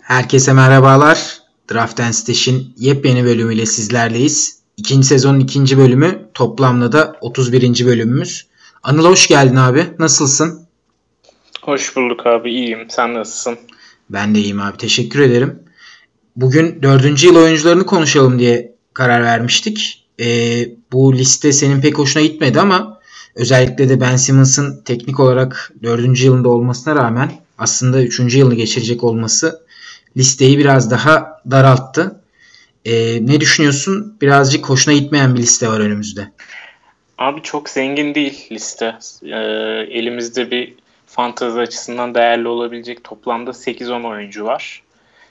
Herkese merhabalar. Draft and Stash'in yepyeni bölümüyle sizlerleyiz. İkinci sezonun ikinci bölümü, toplamda da 31. bölümümüz. Anıl hoş geldin abi. Nasılsın? Hoş bulduk abi. İyiyim. Sen nasılsın? Ben de iyiyim abi. Teşekkür ederim. Bugün 4. yıl oyuncularını konuşalım diye karar vermiştik. Bu liste senin pek hoşuna gitmedi ama özellikle de Ben Simmons'ın teknik olarak 4. yılında olmasına rağmen aslında 3. yılını geçirecek olması listeyi biraz daha daralttı. Ne düşünüyorsun? Birazcık hoşuna gitmeyen bir liste var önümüzde. Abi çok zengin değil liste. Elimizde bir fantezi açısından değerli olabilecek toplamda 8-10 oyuncu var.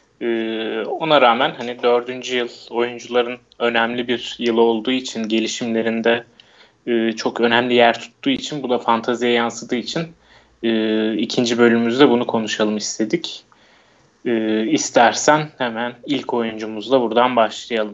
Ona rağmen hani 4. yıl oyuncuların önemli bir yıl olduğu için, gelişimlerinde çok önemli yer tuttuğu için, bu da fanteziye yansıdığı için ikinci bölümümüzde bunu konuşalım istedik. İstersen hemen ilk oyuncumuzla buradan başlayalım.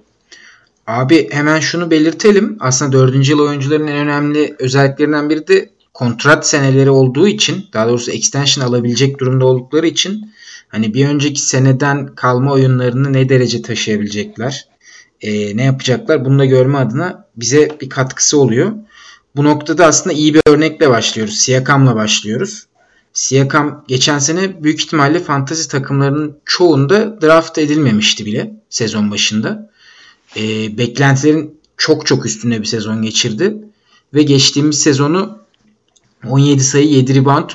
Abi hemen şunu belirtelim. Aslında 4. yıl oyuncuların en önemli özelliklerinden biri de kontrat seneleri olduğu için, daha doğrusu extension alabilecek durumda oldukları için hani bir önceki seneden kalma oyunlarını ne derece taşıyabilecekler, ne yapacaklar bunu da görme adına bize bir katkısı oluyor. Bu noktada aslında iyi bir örnekle başlıyoruz. Siakam'la başlıyoruz. Siakam geçen sene büyük ihtimalle fantasy takımlarının çoğunda draft edilmemişti bile sezon başında. Beklentilerin çok çok üstünde bir sezon geçirdi. Ve geçtiğimiz sezonu 17 sayı, 7 rebound,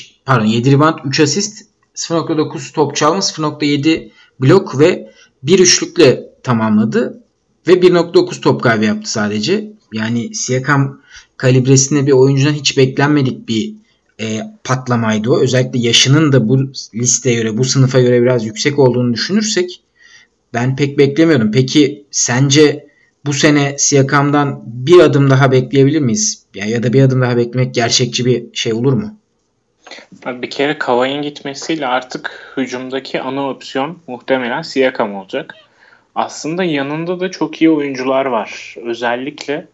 7 rebound, 3 asist, 0.9 top çalma, 0.7 blok ve bir üçlükle tamamladı. Ve 1.9 top kaybı yaptı sadece. Yani Siakam kalibresinde bir oyuncudan hiç beklenmedik bir patlamaydı o. Özellikle yaşının da bu listeye göre, bu sınıfa göre biraz yüksek olduğunu düşünürsek ben pek beklemiyordum. Peki sence bu sene Siakam'dan bir adım daha bekleyebilir miyiz? Ya da bir adım daha beklemek gerçekçi bir şey olur mu? Bir kere Kawhi'nin gitmesiyle artık hücumdaki ana opsiyon muhtemelen Siakam olacak. Aslında yanında da çok iyi oyuncular var. Özellikle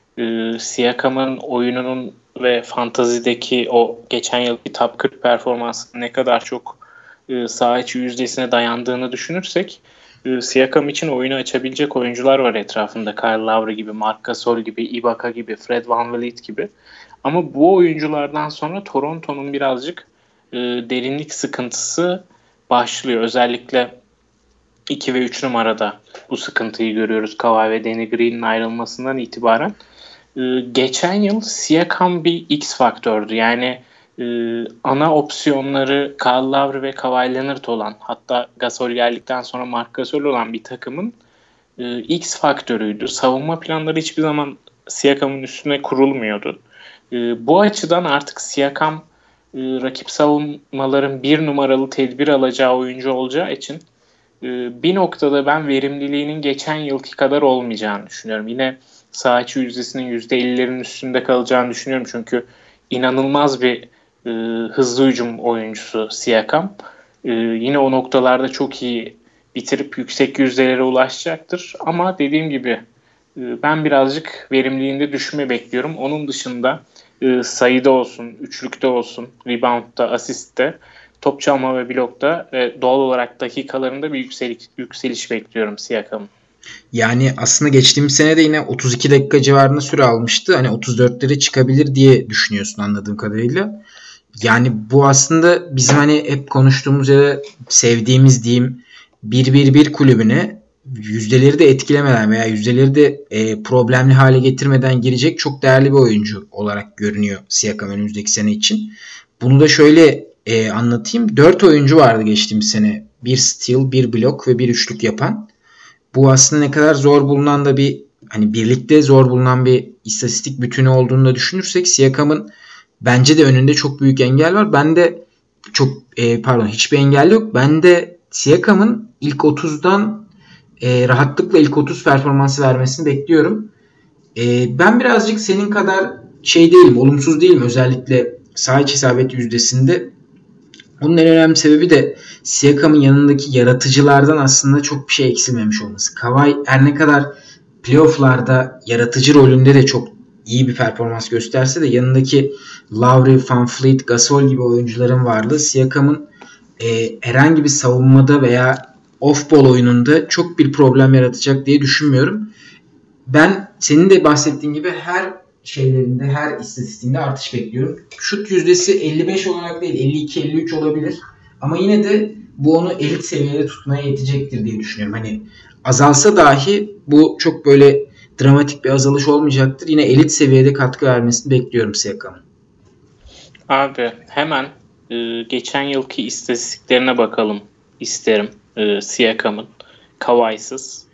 Siakam'ın oyununun ve fantazideki o geçen yılki top 40 performansının ne kadar çok saha içi yüzdesine dayandığını düşünürsek Siakam için oyunu açabilecek oyuncular var etrafında. Kyle Lowry gibi, Marc Gasol gibi, Ibaka gibi, Fred VanVleet gibi. Ama bu oyunculardan sonra Toronto'nun birazcık derinlik sıkıntısı başlıyor. Özellikle 2 ve 3 numarada bu sıkıntıyı görüyoruz Kawhi ve Danny Green'in ayrılmasından itibaren. Geçen yıl Siakam bir X faktördü. Yani ana opsiyonları Kyle Lowry ve Kawhi Leonard olan, hatta Gasol geldikten sonra Marc Gasol olan bir takımın X faktörüydü. Savunma planları hiçbir zaman Siakam'ın üstüne kurulmuyordu. Bu açıdan artık Siakam rakip savunmaların bir numaralı tedbir alacağı oyuncu olacağı için bir noktada ben verimliliğinin geçen yılki kadar olmayacağını düşünüyorum. Yine saha içi yüzdesinin %50'lerin üstünde kalacağını düşünüyorum. Çünkü inanılmaz bir hızlı hücum oyuncusu Siakam. Yine o noktalarda çok iyi bitirip yüksek yüzdelere ulaşacaktır. Ama dediğim gibi ben birazcık verimliliğinde düşme bekliyorum. Onun dışında sayıda olsun, üçlükte olsun, reboundda, asistte, top çalma ve blokta doğal olarak dakikalarında bir yükseliş bekliyorum Siakam'ın. Yani aslında geçtiğimiz sene de yine 32 dakika civarında süre almıştı. Hani 34'lere çıkabilir diye düşünüyorsun anladığım kadarıyla. Yani bu aslında bizim hani hep konuştuğumuz ya da sevdiğimiz diyeyim 1-1-1 kulübüne yüzdeleri de etkilemeden veya yüzdeleri de problemli hale getirmeden girecek çok değerli bir oyuncu olarak görünüyor Siakam önümüzdeki sene için. Bunu da şöyle anlatayım. 4 oyuncu vardı geçtiğimiz sene. 1 steal, 1 blok ve 1 üçlük yapan. Bu aslında ne kadar zor bulunan da bir hani birlikte zor bulunan bir istatistik bütünü olduğunu da düşünürsek Siakam'ın bence de önünde çok büyük engel var. Ben de hiçbir engel yok. Ben de Siakam'ın ilk 30'dan rahatlıkla ilk 30 performansı vermesini bekliyorum. Ben birazcık senin kadar değilim, olumsuz değilim özellikle saha içi isabet yüzdesinde. Onun en önemli sebebi de Siakam'ın yanındaki yaratıcılardan aslında çok bir şey eksilmemiş olması. Kawhi her ne kadar playoff'larda yaratıcı rolünde de çok iyi bir performans gösterse de yanındaki Lowry, VanVleet, Gasol gibi oyuncuların varlığı Siakam'ın herhangi bir savunmada veya off-ball oyununda çok bir problem yaratacak diye düşünmüyorum. Ben senin de bahsettiğin gibi her şeylerinde, her istatistiğinde artış bekliyorum. Şut yüzdesi 55 olarak değil, 52-53 olabilir. Ama yine de bu onu elit seviyede tutmaya yetecektir diye düşünüyorum. Hani azalsa dahi bu çok böyle dramatik bir azalış olmayacaktır. Yine elit seviyede katkı vermesini bekliyorum Siakam'ın. Abi hemen geçen yılki istatistiklerine bakalım isterim Siakam'ın. Kawhi'sız.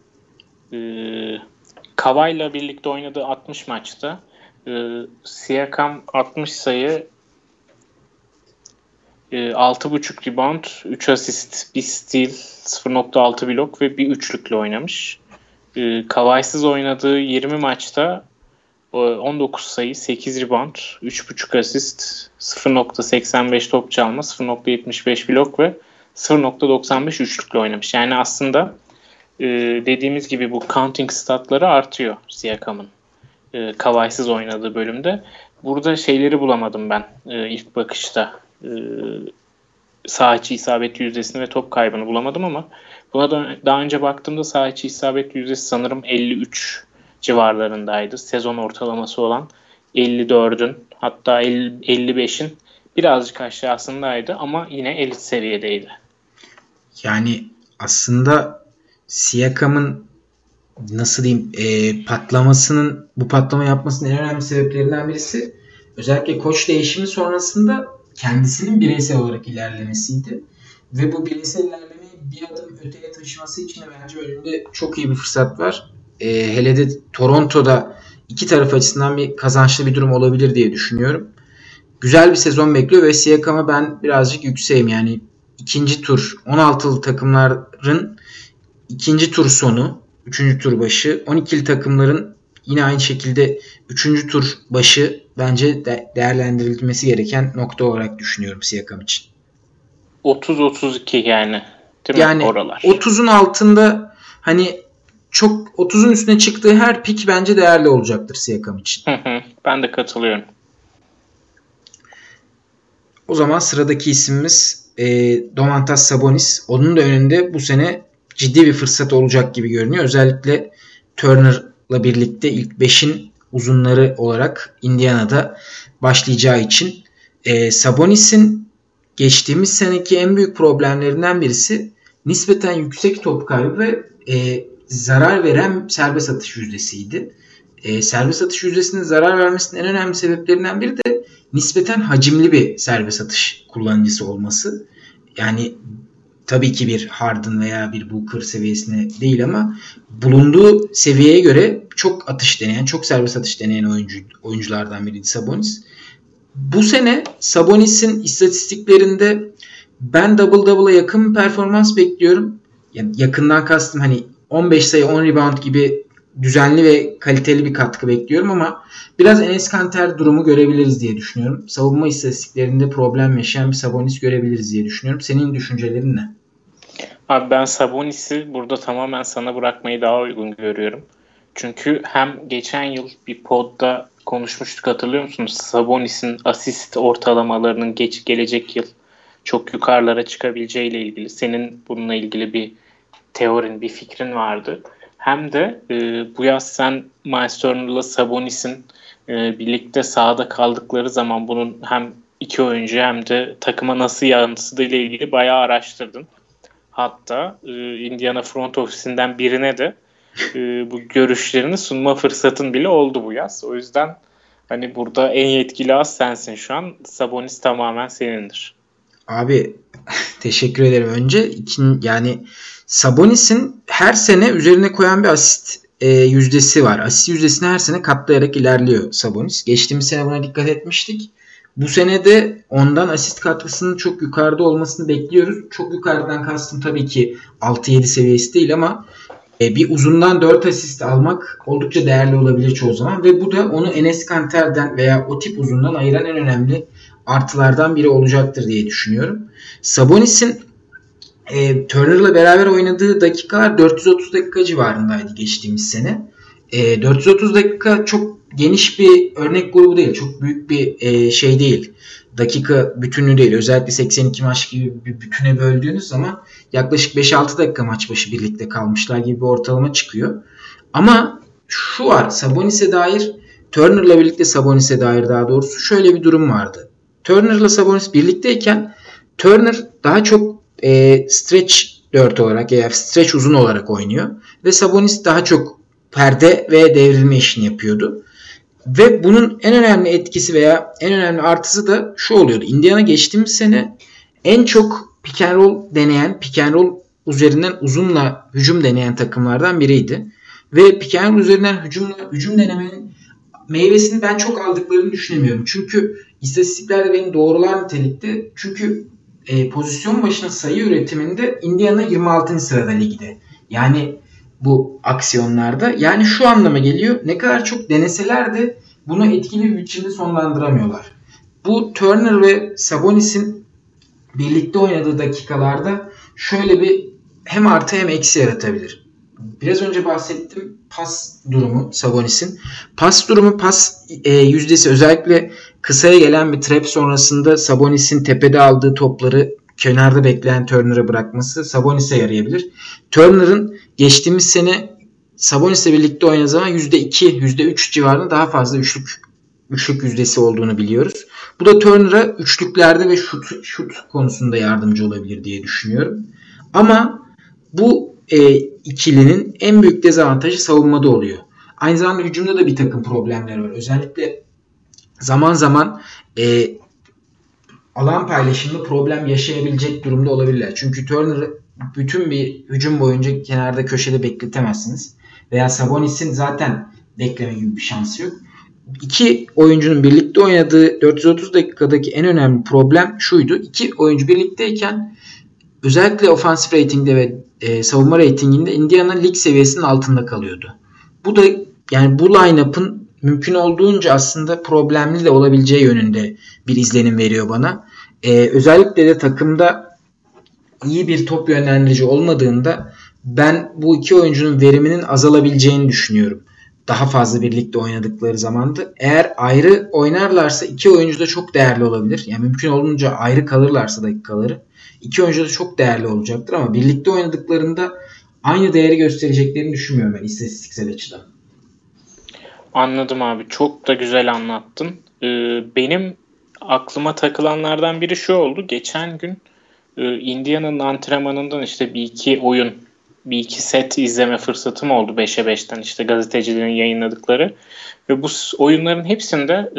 Kawhi'la birlikte oynadığı 60 maçta Siakam 60 sayı, 6.5 rebound, 3 asist, 1 steal, 0.6 blok ve bir üçlükle oynamış. Kawhi'sız oynadığı 20 maçta 19 sayı, 8 rebound, 3.5 asist, 0.85 top çalma, 0.75 blok ve 0.95 üçlükle oynamış. Yani aslında dediğimiz gibi bu counting statları artıyor Siakam'ın Kawhi'sız oynadığı bölümde. Burada şeyleri bulamadım ben ilk bakışta. Saha içi isabet yüzdesini ve top kaybını bulamadım ama buna da daha önce baktığımda saha içi isabet yüzdesi sanırım 53 civarlarındaydı. Sezon ortalaması olan 54'ün hatta 55'in birazcık aşağısındaydı ama yine elit seviyedeydi. Yani aslında Siakam'ın nasıl diyeyim bu patlama yapmasının en önemli sebeplerinden birisi özellikle koç değişimi sonrasında kendisinin bireysel olarak ilerlemesiydi. Ve bu bireysel ilerlemeyi bir adım öteye taşıması için de bence önünde çok iyi bir fırsat var. Hele de Toronto'da iki taraf açısından bir kazançlı bir durum olabilir diye düşünüyorum. Güzel bir sezon bekliyor ve Siakam'a ben birazcık yükseğim. Yani ikinci tur 16'lı takımların ikinci tur sonu, 3. tur başı, 12'li takımların yine aynı şekilde 3. tur başı bence değerlendirilmesi gereken nokta olarak düşünüyorum Siakam için. 30-32 yani. Değil yani mi oralar? 30'un altında hani çok 30'un üstüne çıktığı her pik bence değerli olacaktır Siakam için. Ben de katılıyorum. O zaman sıradaki isimimiz Domantas Sabonis. Onun da önünde bu sene ciddi bir fırsat olacak gibi görünüyor. Özellikle Turner'la birlikte ilk 5'in uzunları olarak Indiana'da başlayacağı için. Sabonis'in geçtiğimiz seneki en büyük problemlerinden birisi nispeten yüksek top kaybı ve zarar veren serbest atış yüzdesiydi. Serbest atış yüzdesinin zarar vermesinin en önemli sebeplerinden biri de nispeten hacimli bir serbest atış kullanıcısı olması. Yani tabii ki bir Harden veya bir Booker seviyesine değil ama bulunduğu seviyeye göre çok atış deneyen, çok serbest atış deneyen oyunculardan biriydi Sabonis. Bu sene Sabonis'in istatistiklerinde ben double double'a yakın bir performans bekliyorum. Yani yakından kastım hani 15 sayı 10 rebound gibi düzenli ve kaliteli bir katkı bekliyorum ama biraz Enes Kanter durumu görebiliriz diye düşünüyorum. Savunma istatistiklerinde problem yaşayan bir Sabonis görebiliriz diye düşünüyorum. Senin düşüncelerin ne? Abi ben Sabonis'i burada tamamen sana bırakmayı daha uygun görüyorum. Çünkü hem geçen yıl bir podda konuşmuştuk, hatırlıyor musunuz? Sabonis'in asist ortalamalarının gelecek yıl çok yukarılara çıkabileceğiyle ilgili. Senin bununla ilgili bir teorin, bir fikrin vardı. Hem de bu yaz sen Miles Turner'la Sabonis'in birlikte sahada kaldıkları zaman bunun hem iki oyuncu hem de takıma nasıl yansıdığıyla ilgili bayağı araştırdın. Hatta Indiana front ofisinden birine de bu görüşlerini sunma fırsatın bile oldu bu yaz. O yüzden hani burada en yetkili az sensin şu an. Sabonis tamamen senindir. Abi teşekkür ederim. Önce yani Sabonis'in her sene üzerine koyan bir asist yüzdesi var. Asist yüzdesini her sene katlayarak ilerliyor Sabonis. Geçtiğimiz sene buna dikkat etmiştik. Bu sene de ondan asist katkısının çok yukarıda olmasını bekliyoruz. Çok yukarıdan kastım tabii ki 6-7 seviyesi değil ama bir uzundan 4 asist almak oldukça değerli olabilir çoğu zaman. Ve bu da onu Enes Kanter'den veya o tip uzundan ayıran en önemli artılardan biri olacaktır diye düşünüyorum. Sabonis'in Turner'la beraber oynadığı dakikalar 430 dakika civarındaydı geçtiğimiz sene. 430 dakika çok geniş bir örnek grubu değil. Çok büyük bir şey değil. dakika bütünü değil. Özellikle 82 maç gibi bir bütüne böldüğünüz zaman yaklaşık 5-6 dakika maç başı birlikte kalmışlar gibi bir ortalama çıkıyor. Ama şu var, Turner'la birlikte Sabonis'e dair daha doğrusu şöyle bir durum vardı. Turner'la Sabonis birlikteyken Turner daha çok stretch 4 olarak ya stretch uzun olarak oynuyor. Ve Sabonis daha çok perde ve devrilme işini yapıyordu. Ve bunun en önemli etkisi veya en önemli artısı da şu oluyordu. Indiana geçtiğimiz sene en çok pick and roll üzerinden uzunla hücum deneyen takımlardan biriydi. Ve pick and roll üzerinden hücum denemenin meyvesini ben çok aldıklarını düşünemiyorum. Çünkü istatistiklerde beni doğrular nitelikte. Çünkü pozisyon başına sayı üretiminde Indiana 26. sırada ligde. Yani bu aksiyonlarda. Yani şu anlama geliyor. Ne kadar çok deneseler de bunu etkili bir biçimde sonlandıramıyorlar. Bu Turner ve Sabonis'in birlikte oynadığı dakikalarda şöyle bir hem artı hem eksi yaratabilir. Biraz önce bahsettim pas durumu Sabonis'in. Pas yüzdesi özellikle kısaya gelen bir trap sonrasında Sabonis'in tepede aldığı topları kenarda bekleyen Turner'a bırakması Sabonis'e yarayabilir. Turner'ın geçtiğimiz sene Sabonis'le birlikte oynadığı zaman %2, %3 civarında daha fazla üçlük yüzdesi olduğunu biliyoruz. Bu da Turner'a üçlüklerde ve şut konusunda yardımcı olabilir diye düşünüyorum. Ama bu ikilinin en büyük dezavantajı savunmada oluyor. Aynı zamanda hücumda da bir takım problemler var. Özellikle zaman zaman alan paylaşımında problem yaşayabilecek durumda olabilirler. Çünkü Turner'ı bütün bir hücum boyunca kenarda köşede bekletemezsiniz. Veya Sabonis'in zaten bekleme gibi bir şansı yok. İki oyuncunun birlikte oynadığı 430 dakikadaki en önemli problem şuydu. İki oyuncu birlikteyken özellikle ofansif ratingde ve savunma ratinginde Indiana lig seviyesinin altında kalıyordu. Bu da yani bu line-up'ın mümkün olduğunca aslında problemli de olabileceği yönünde bir izlenim veriyor bana. Özellikle de takımda iyi bir top yönlendirici olmadığında ben bu iki oyuncunun veriminin azalabileceğini düşünüyorum. Daha fazla birlikte oynadıkları zamanda. Eğer ayrı oynarlarsa iki oyuncu da çok değerli olabilir. Yani mümkün olduğunca ayrı kalırlarsa dakikaları iki oyuncu da çok değerli olacaktır ama birlikte oynadıklarında aynı değeri göstereceklerini düşünmüyorum ben istatistiksel açıdan. Anladım abi. Çok da güzel anlattın. Benim aklıma takılanlardan biri şu oldu. Geçen gün Indiana'nın antrenmanından işte bir iki set izleme fırsatım oldu 5'e 5'ten işte gazetecilerin yayınladıkları. Ve bu oyunların hepsinde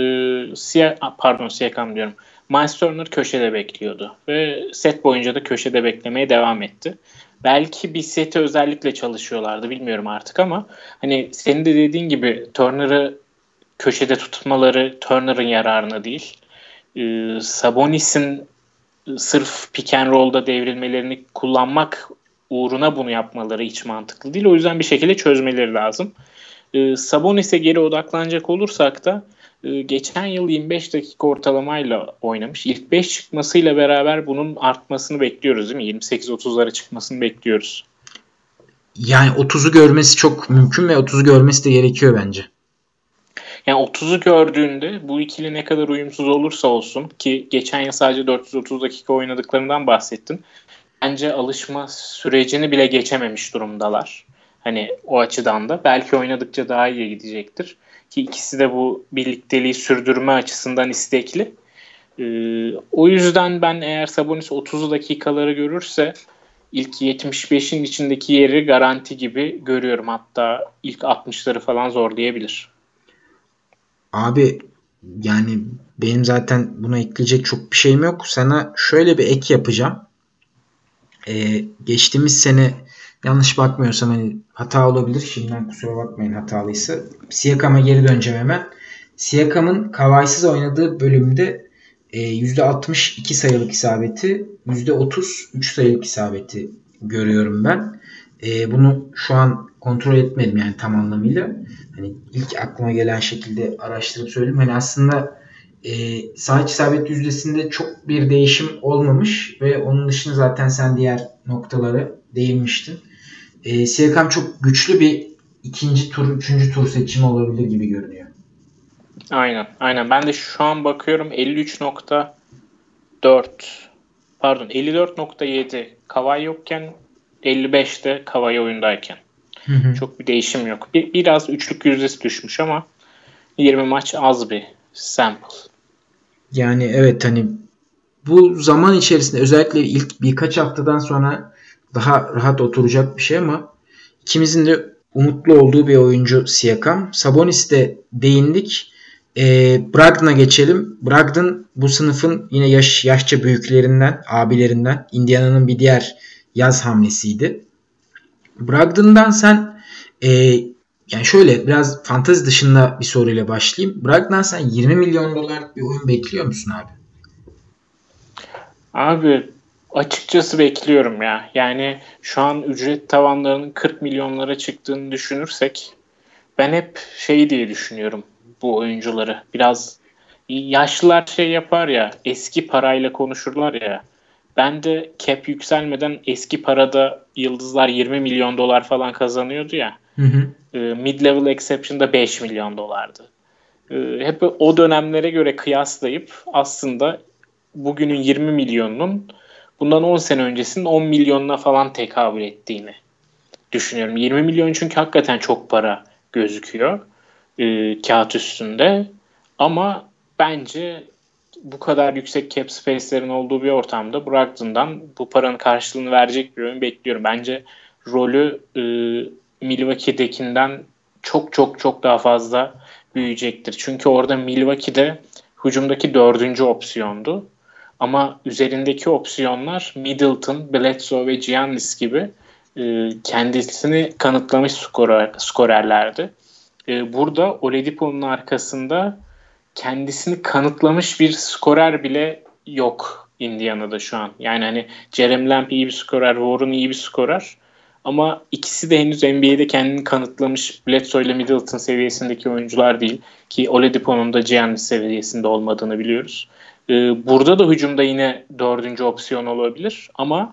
Siakam diyorum. Miles Turner köşede bekliyordu. Ve set boyunca da köşede beklemeye devam etti. Belki bir seti özellikle çalışıyorlardı bilmiyorum artık ama hani senin de dediğin gibi Turner'ı köşede tutmaları Turner'ın yararına değil. Sabonis'in sırf pick and roll'da devrilmelerini kullanmak uğruna bunu yapmaları hiç mantıklı değil. O yüzden bir şekilde çözmeleri lazım. Sabonis'e geri odaklanacak olursak da geçen yıl 25 dakika ortalamayla oynamış. İlk 5 çıkmasıyla beraber bunun artmasını bekliyoruz değil mi? 28-30'lara çıkmasını bekliyoruz. Yani 30'u görmesi çok mümkün ve 30'u görmesi de gerekiyor bence. Yani 30'u gördüğünde bu ikili ne kadar uyumsuz olursa olsun ki geçen yıl sadece 430 dakika oynadıklarından bahsettin. Bence alışma sürecini bile geçememiş durumdalar. Hani o açıdan da belki oynadıkça daha iyi gidecektir. Ki ikisi de bu birlikteliği sürdürme açısından istekli. O yüzden ben eğer Sabonis 30 dakikaları görürse ilk 75'in içindeki yeri garanti gibi görüyorum. Hatta ilk 60'ları falan zorlayabilir. Abi yani benim zaten buna ekleyecek çok bir şeyim yok. Sana şöyle bir ek yapacağım. Geçtiğimiz sene yanlış bakmıyorsam hani hata olabilir. Şimdiden kusura bakmayın hatalıysa. Siakam'a geri döneceğim hemen. Siakam'ın Kawhi'siz oynadığı bölümde %62 sayılık isabeti, %33 sayılık isabeti görüyorum ben. Bunu şu an kontrol etmedim yani tam anlamıyla. Hani ilk aklıma gelen şekilde araştırıp söyleyeyim. Hani aslında sağ iç isabet yüzdesinde çok bir değişim olmamış ve onun dışında zaten sen diğer noktalara değinmiştin. Siakam çok güçlü bir ikinci tur, üçüncü tur seçimi olabilir gibi görünüyor. Aynen. Ben de şu an bakıyorum 53.2 54.7 Kawhi yokken 55'te Kawhi oyundayken. Çok bir değişim yok. Biraz üçlük yüzdesi düşmüş ama 20 maç az bir sample. Yani evet, hani bu zaman içerisinde özellikle ilk birkaç haftadan sonra daha rahat oturacak bir şey ama ikimizin de umutlu olduğu bir oyuncu Siakam. Sabonis'te değindik. Brogdon'a geçelim. Brogdon bu sınıfın yine yaşça büyüklerinden, abilerinden. Indiana'nın bir diğer yaz hamlesiydi. Brogdon'dan sen yani şöyle biraz fantezi dışında bir soruyla başlayayım. Brogdon'dan sen 20 milyon dolarlık bir oyun bekliyor musun abi? Abi açıkçası bekliyorum ya. Yani şu an ücret tavanlarının 40 milyonlara çıktığını düşünürsek ben hep şey diye düşünüyorum bu oyuncuları. Biraz yaşlılar şey yapar ya, eski parayla konuşurlar ya. Ben de cap yükselmeden eski parada yıldızlar 20 milyon dolar falan kazanıyordu ya. Hı hı. Mid-level exception'da 5 milyon dolardı. Hep o dönemlere göre kıyaslayıp aslında bugünün 20 milyonunun bundan 10 sene öncesinin 10 milyonuna falan tekabül ettiğini düşünüyorum. 20 milyon çünkü hakikaten çok para gözüküyor kağıt üstünde. Ama bence bu kadar yüksek cap space'lerin olduğu bir ortamda Brogdon'dan bu paranın karşılığını verecek bir oyun bekliyorum. Bence rolü Milwaukee'dekinden çok çok çok daha fazla büyüyecektir. Çünkü orada Milwaukee'de hücumdaki 4. opsiyondu. Ama üzerindeki opsiyonlar Middleton, Bledsoe ve Giannis gibi kendisini kanıtlamış skorerlerdi. Burada Oladipo'nun arkasında kendisini kanıtlamış bir skorer bile yok Indiana'da şu an. Yani hani Jeremy Lamb iyi bir skorer, Warren iyi bir skorer. Ama ikisi de henüz NBA'de kendini kanıtlamış Bledsoe ile Middleton seviyesindeki oyuncular değil. Ki Oladipo'nun da Giannis seviyesinde olmadığını biliyoruz. Burada da hücumda yine 4. opsiyon olabilir. Ama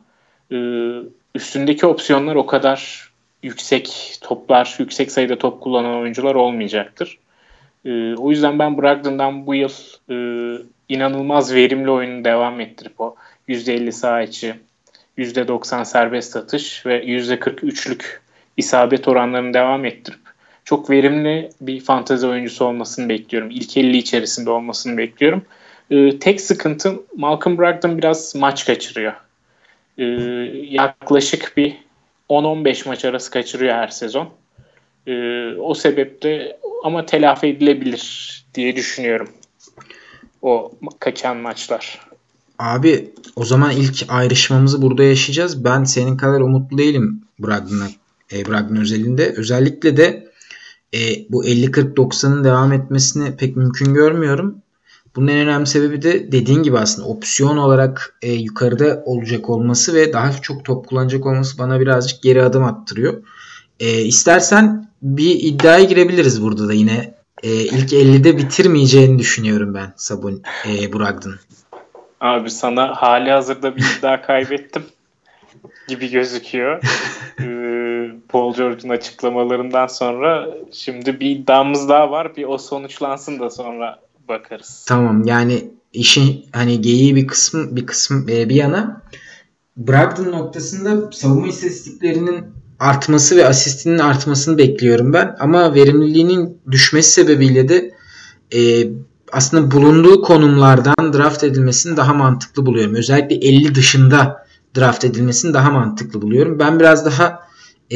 üstündeki opsiyonlar o kadar yüksek toplar, yüksek sayıda top kullanan oyuncular olmayacaktır. O yüzden ben Brogdon'dan bu yıl inanılmaz verimli oyunu devam ettirip o %50 saha içi, %90 serbest atış ve %43'lük isabet oranlarını devam ettirip çok verimli bir fantezi oyuncusu olmasını bekliyorum. İlk 50 içerisinde olmasını bekliyorum. Tek sıkıntım Malcolm Brogdon biraz maç kaçırıyor. Yaklaşık bir 10-15 maç arası kaçırıyor her sezon. O sebeple ama telafi edilebilir diye düşünüyorum o kaçan maçlar. Abi o zaman ilk ayrışmamızı burada yaşayacağız. Ben senin kadar umutlu değilim Brogdon özelinde. Özellikle de bu 50-40-90'ın devam etmesini pek mümkün görmüyorum. Bunun en önemli sebebi de dediğin gibi aslında opsiyon olarak yukarıda olacak olması ve daha çok top kullanacak olması bana birazcık geri adım attırıyor. İstersen bir iddiaya girebiliriz burada da yine. İlk 50'de bitirmeyeceğini düşünüyorum ben Brogdon. Abi sana hali hazırda bir iddia kaybettim gibi gözüküyor. Paul George'un açıklamalarından sonra şimdi bir iddiamız daha var. Bir o sonuçlansın da sonra bakarız. Tamam, yani işin hani geyiği bir yana Brogdon noktasında savunma istatistiklerinin artması ve asistinin artmasını bekliyorum ben. Ama verimliliğinin düşmesi sebebiyle de aslında bulunduğu konumlardan draft edilmesini daha mantıklı buluyorum. Özellikle 50 dışında draft edilmesini daha mantıklı buluyorum. Ben biraz daha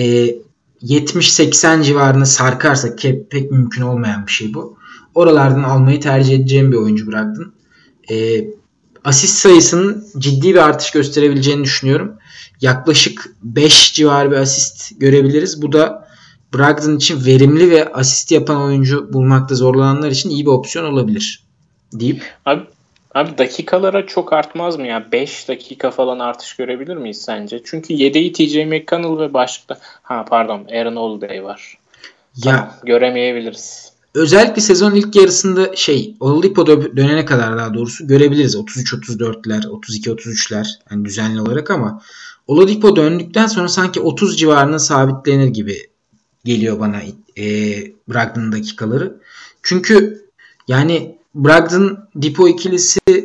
70-80 civarına sarkarsa, ki pek mümkün olmayan bir şey bu, oralardan almayı tercih edeceğim bir oyuncu Brogdon. Asist sayısının ciddi bir artış gösterebileceğini düşünüyorum. Yaklaşık 5 civarı bir asist görebiliriz. Bu da Brogdon için verimli ve asist yapan oyuncu bulmakta zorlananlar için iyi bir opsiyon olabilir deyip. Abi dakikalara çok artmaz mı ya? 5 dakika falan artış görebilir miyiz sence? Çünkü yedeği TJ McConnell ve başlıkta Aaron Holiday var. Ya, tamam, göremeyebiliriz. Özellikle sezon ilk yarısında Oladipo dönene kadar daha doğrusu görebiliriz. 33-34'ler, 32-33'ler yani düzenli olarak, ama Oladipo döndükten sonra sanki 30 civarına sabitlenir gibi geliyor bana Brogdon'un dakikaları. Çünkü yani Brogdon Dipo ikilisi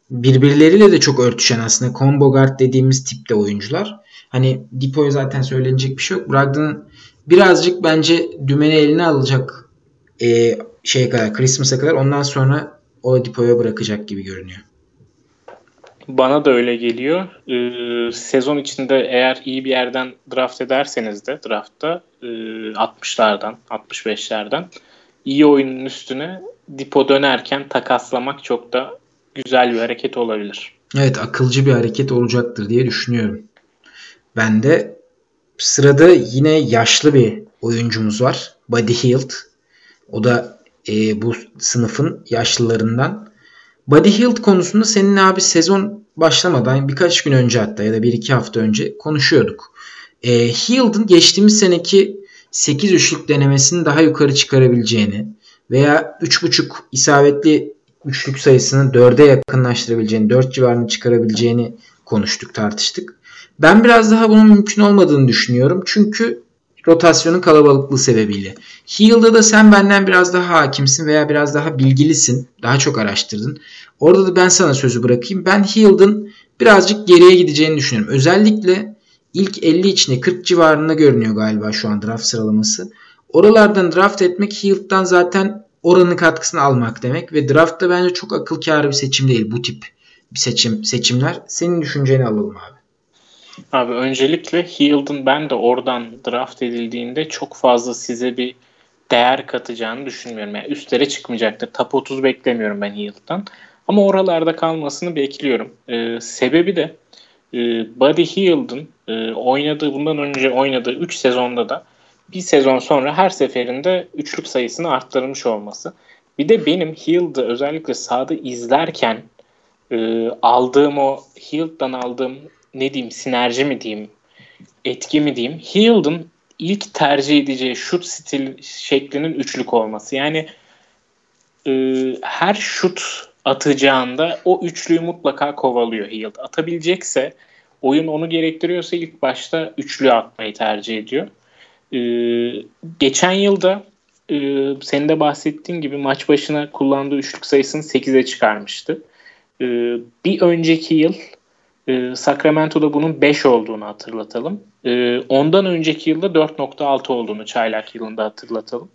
birbirleriyle de çok örtüşen aslında combo guard dediğimiz tipte oyuncular. Hani Dipo'ya zaten söylenecek bir şey yok. Brogdon'un birazcık bence dümeni eline alacak şeye kadar, Christmas'a kadar, ondan sonra o Dipo'ya bırakacak gibi görünüyor. Bana da öyle geliyor. Sezon içinde eğer iyi bir yerden draft ederseniz de draftta 60'lardan, 65'lerden iyi oyunun üstüne Dipo dönerken takaslamak çok da güzel bir hareket olabilir. Evet, akılcı bir hareket olacaktır diye düşünüyorum. Ben de sırada yine yaşlı bir oyuncumuz var. Buddy Hield. O da bu sınıfın yaşlılarından. Buddy Hield konusunda seninle abi sezon başlamadan birkaç gün önce, hatta ya da 1-2 hafta önce konuşuyorduk. Hield'ın geçtiğimiz seneki 8 üçlük denemesini daha yukarı çıkarabileceğini veya 3.5 isabetli üçlük sayısını 4'e yakınlaştırabileceğini, 4 civarını çıkarabileceğini konuştuk, tartıştık. Ben biraz daha bunun mümkün olmadığını düşünüyorum. Çünkü rotasyonun kalabalıklığı sebebiyle. Hield'a da sen benden biraz daha hakimsin veya biraz daha bilgilisin. Daha çok araştırdın. Orada da ben sana sözü bırakayım. Ben Hield'ın birazcık geriye gideceğini düşünüyorum. Özellikle ilk 50 içinde 40 civarında görünüyor galiba şu an draft sıralaması. Oralardan draft etmek Hield'dan zaten oranın katkısını almak demek. Ve draftta bence çok akıl kârı bir seçim değil bu tip bir seçimler. Senin düşünceni alalım abi. Abi öncelikle Hield'ın ben de oradan draft edildiğinde çok fazla size bir değer katacağını düşünmüyorum. Yani üstlere çıkmayacaktır. Top 30 beklemiyorum ben Hield'dan. Ama oralarda kalmasını bekliyorum. Sebebi de Buddy Hield'ın bundan önce oynadığı 3 sezonda da bir sezon sonra her seferinde üçlük sayısını arttırmış olması. Bir de benim Hield'ı özellikle sahada izlerken Hield'dan aldığım ne diyeyim, sinerji mi diyeyim, etki mi diyeyim, Hield'ın ilk tercih edeceği şut stil şeklinin üçlük olması. Yani her şut atacağında o üçlüyü mutlaka kovalıyor Hield. Atabilecekse, oyun onu gerektiriyorsa ilk başta üçlü atmayı tercih ediyor. Geçen yılda senin de bahsettiğin gibi maç başına kullandığı üçlük sayısını 8'e çıkarmıştı. Bir önceki yıl Sacramento'da bunun 5 olduğunu hatırlatalım. Ondan önceki yılda 4.6 olduğunu çaylak yılında hatırlatalım.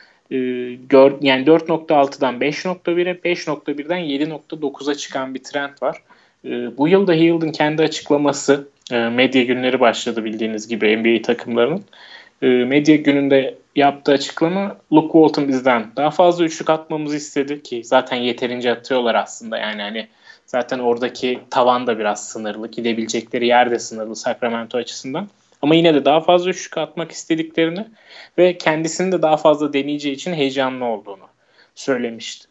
Yani 4.6'dan 5.1'e, 5.1'den 7.9'a çıkan bir trend var. Bu yılda Hield'ın kendi açıklaması, medya günleri başladı bildiğiniz gibi NBA takımlarının. Medya gününde yaptığı açıklama, Luke Walton bizden daha fazla üçlük atmamızı istedi ki zaten yeterince atıyorlar aslında. Yani hani zaten oradaki tavan da biraz sınırlı, gidebilecekleri yer de sınırlı Sacramento açısından. Ama yine de daha fazla üçlük atmak istediklerini ve kendisini de daha fazla deneyeceği için heyecanlı olduğunu söylemişti.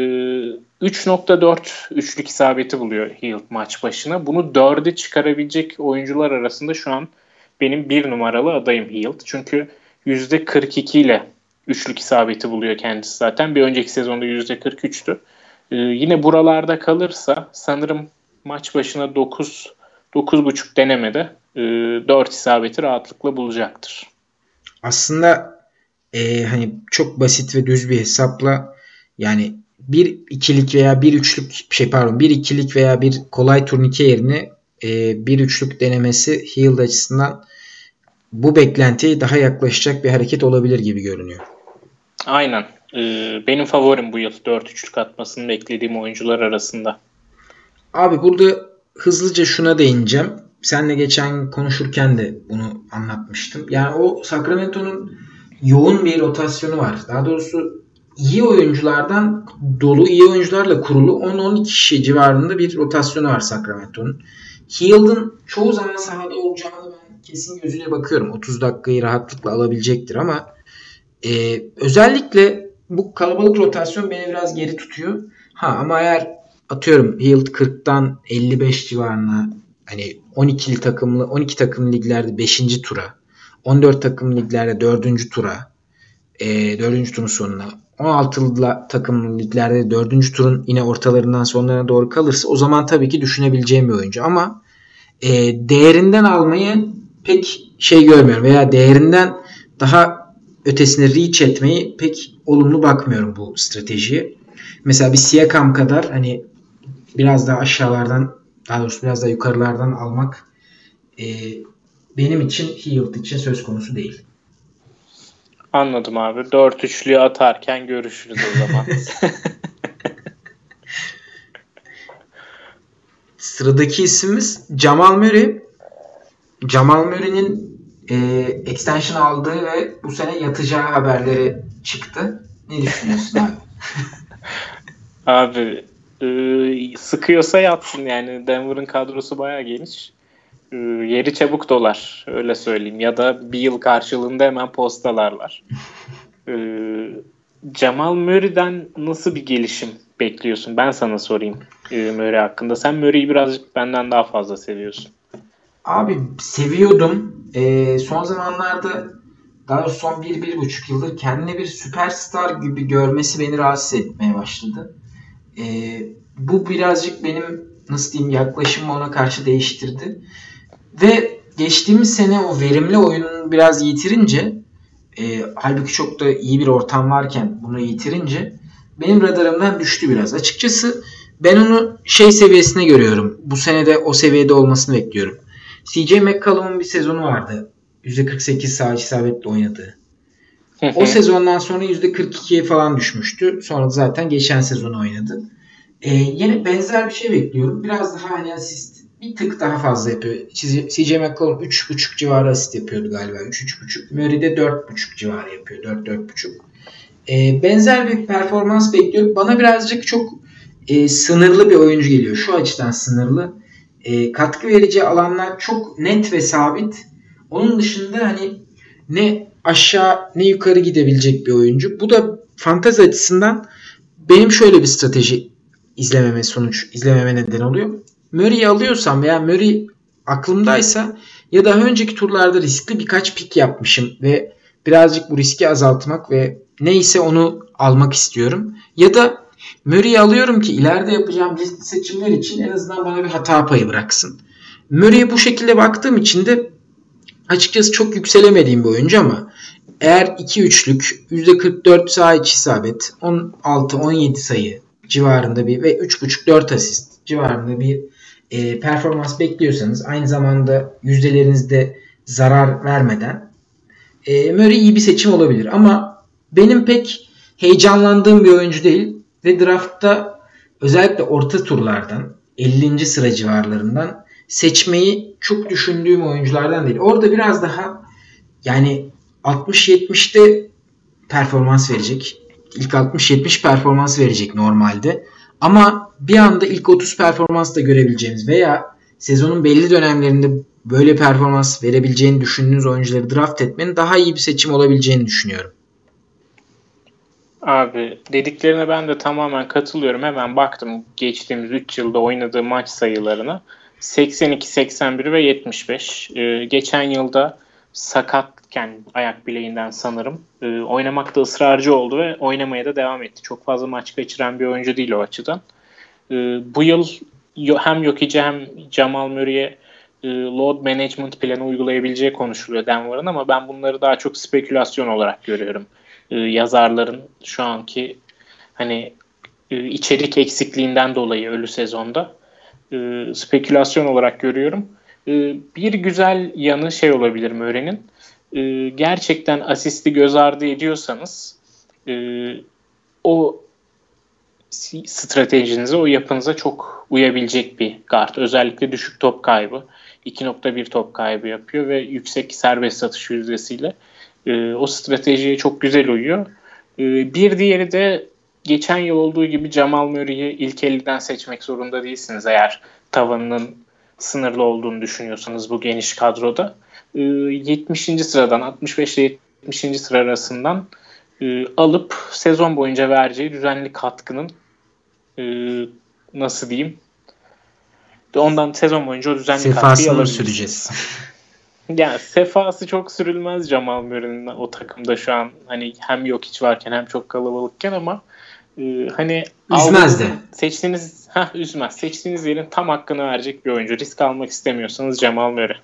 3.4 üçlük isabeti buluyor Hield maç başına. Bunu 4'e çıkarabilecek oyuncular arasında şu an benim bir numaralı adayım Hield. Çünkü %42 ile üçlük isabeti buluyor kendisi zaten. Bir önceki sezonda %43'tü. Yine buralarda kalırsa sanırım maç başına 9.5 denemede 4 isabeti rahatlıkla bulacaktır. Aslında hani çok basit ve düz bir hesapla, yani bir ikilik veya bir üçlük bir ikilik veya bir kolay turnike yerine bir üçlük denemesi Hield açısından bu beklentiye daha yaklaşacak bir hareket olabilir gibi görünüyor. Aynen. Benim favorim bu yıl 4 üçlük atmasını beklediğim oyuncular arasında. Abi burada hızlıca şuna değineceğim. Seninle geçen konuşurken de bunu anlatmıştım. Yani o Sacramento'nun yoğun bir rotasyonu var. Daha doğrusu iyi oyunculardan dolu, iyi oyuncularla kurulu 10-12 kişi civarında bir rotasyonu var Sacramento'nun. Hield'ın çoğu zaman sahada olacağını ben kesin gözüyle bakıyorum. 30 dakikayı rahatlıkla alabilecektir ama özellikle bu kalabalık rotasyon beni biraz geri tutuyor. Ama eğer atıyorum Hield 40'tan 55 civarına, hani 12 takımlı liglerde 5. tura, 14 takımlı liglerde 4. tura, 4. turun sonuna, 16 takımlı liglerde 4. turun yine ortalarından sonlarına doğru kalırsa o zaman tabii ki düşünebileceğim bir oyuncu ama değerinden almayı pek görmüyorum veya değerinden daha ötesine reach etmeyi pek olumlu bakmıyorum bu stratejiye. Mesela bir Siakam kadar hani biraz daha aşağılardan, daha doğrusu biraz daha yukarılardan almak benim için, Hield için söz konusu değil. Anladım abi. 4-3'lüğü atarken görüşürüz o zaman. Sıradaki ismimiz Jamal Murray. Jamal Murray'nin extension aldığı ve bu sene yatacağı haberleri çıktı. Ne düşünüyorsun abi? Abi sıkıyorsa yatsın yani. Denver'ın kadrosu bayağı geniş. Yeri çabuk dolar. Öyle söyleyeyim. Ya da bir yıl karşılığında hemen postalarlar. Jamal Murray'den nasıl bir gelişim bekliyorsun? Ben sana sorayım Murray hakkında. Sen Murray'i birazcık benden daha fazla seviyorsun. Abi seviyordum. Son zamanlarda, daha doğrusu son 1-1,5 yıldır kendine bir süperstar gibi görmesi beni rahatsız etmeye başladı. Bu birazcık benim, nasıl diyeyim, yaklaşımımı ona karşı değiştirdi. Ve geçtiğimiz sene o verimli oyununu biraz yitirince, halbuki çok da iyi bir ortam varken bunu yitirince benim radarımdan düştü biraz. Açıkçası ben onu seviyesine görüyorum. Bu sene de o seviyede olmasını bekliyorum. CJ McCollum'un bir sezonu vardı. %48 saha isabetle oynadığı. O sezondan sonra %42'ye falan düşmüştü. Sonra da zaten geçen sezonu oynadı. Yine benzer bir şey bekliyorum. Biraz daha hani asist bir tık daha fazla yapıyor. CJ McCollum 3.5 civarı asist yapıyordu galiba. 3-3.5. Murray de 4.5 civarı yapıyor. 4-4.5. Benzer bir performans bekliyorum. Bana birazcık çok sınırlı bir oyuncu geliyor. Şu açıdan sınırlı. Katkı verici alanlar çok net ve sabit. Onun dışında hani ne aşağı ne yukarı gidebilecek bir oyuncu. Bu da fantezi açısından benim şöyle bir strateji izlememe neden oluyor. Murray'i alıyorsam veya Murray aklımdaysa ya daha önceki turlarda riskli birkaç pick yapmışım ve birazcık bu riski azaltmak ve neyse onu almak istiyorum. Ya da Murray'i alıyorum ki ileride yapacağım riskli seçimler için en azından bana bir hata payı bıraksın. Murray'e bu şekilde baktığım için de açıkçası çok yükselemediğim bir oyuncu ama eğer 2-3'lük %44 saha içi isabet, 16-17 sayı civarında bir ve 3.5-4 asist civarında bir performans bekliyorsanız, aynı zamanda yüzdelerinizde zarar vermeden Murray iyi bir seçim olabilir. Ama benim pek heyecanlandığım bir oyuncu değil ve draftta özellikle orta turlardan 50. sıra civarlarından seçmeyi çok düşündüğüm oyunculardan değil. Orada biraz daha yani 60-70'te performans verecek. İlk 60-70 performans verecek normalde. Ama bir anda ilk 30 performans da görebileceğiniz veya sezonun belli dönemlerinde böyle performans verebileceğini düşündüğünüz oyuncuları draft etmenin daha iyi bir seçim olabileceğini düşünüyorum. Abi dediklerine ben de tamamen katılıyorum. Hemen baktım geçtiğimiz 3 yılda oynadığı maç sayılarına. 82, 81 ve 75. Geçen yılda sakatken ayak bileğinden sanırım oynamakta ısrarcı oldu ve oynamaya da devam etti. Çok fazla maç kaçıran bir oyuncu değil o açıdan. Bu yıl hem Jokic'e hem Jamal Murray'e load management planı uygulayabileceği konuşuluyor Denver'ın ama ben bunları daha çok spekülasyon olarak görüyorum. Yazarların şu anki hani içerik eksikliğinden dolayı ölü sezonda spekülasyon olarak görüyorum. Bir güzel yanı olabilir Murray'nin. Gerçekten asisti göz ardı ediyorsanız o stratejinize, o yapınıza çok uyabilecek bir guard. Özellikle düşük top kaybı. 2.1 top kaybı yapıyor ve yüksek serbest satış yüzdesiyle o stratejiye çok güzel uyuyor. Bir diğeri de geçen yıl olduğu gibi Jamal Murray'i ilk 50'den seçmek zorunda değilsiniz eğer tavanının sınırlı olduğunu düşünüyorsanız bu geniş kadroda. 70. sıradan 65 ile 70. sıra arasından alıp sezon boyunca vereceği düzenli katkının nasıl diyeyim? Ondan sezon boyunca o düzenli katkıyı alabilirsiniz. Süreceğiz. Yani sefası çok sürülmez Jamal Murray'nin o takımda şu an. Hani hem Jokic varken hem çok kalabalıkken ama hani üzmez de. Üzmez. Seçtiğiniz yerin tam hakkını verecek bir oyuncu. Risk almak istemiyorsanız Jamal Murray.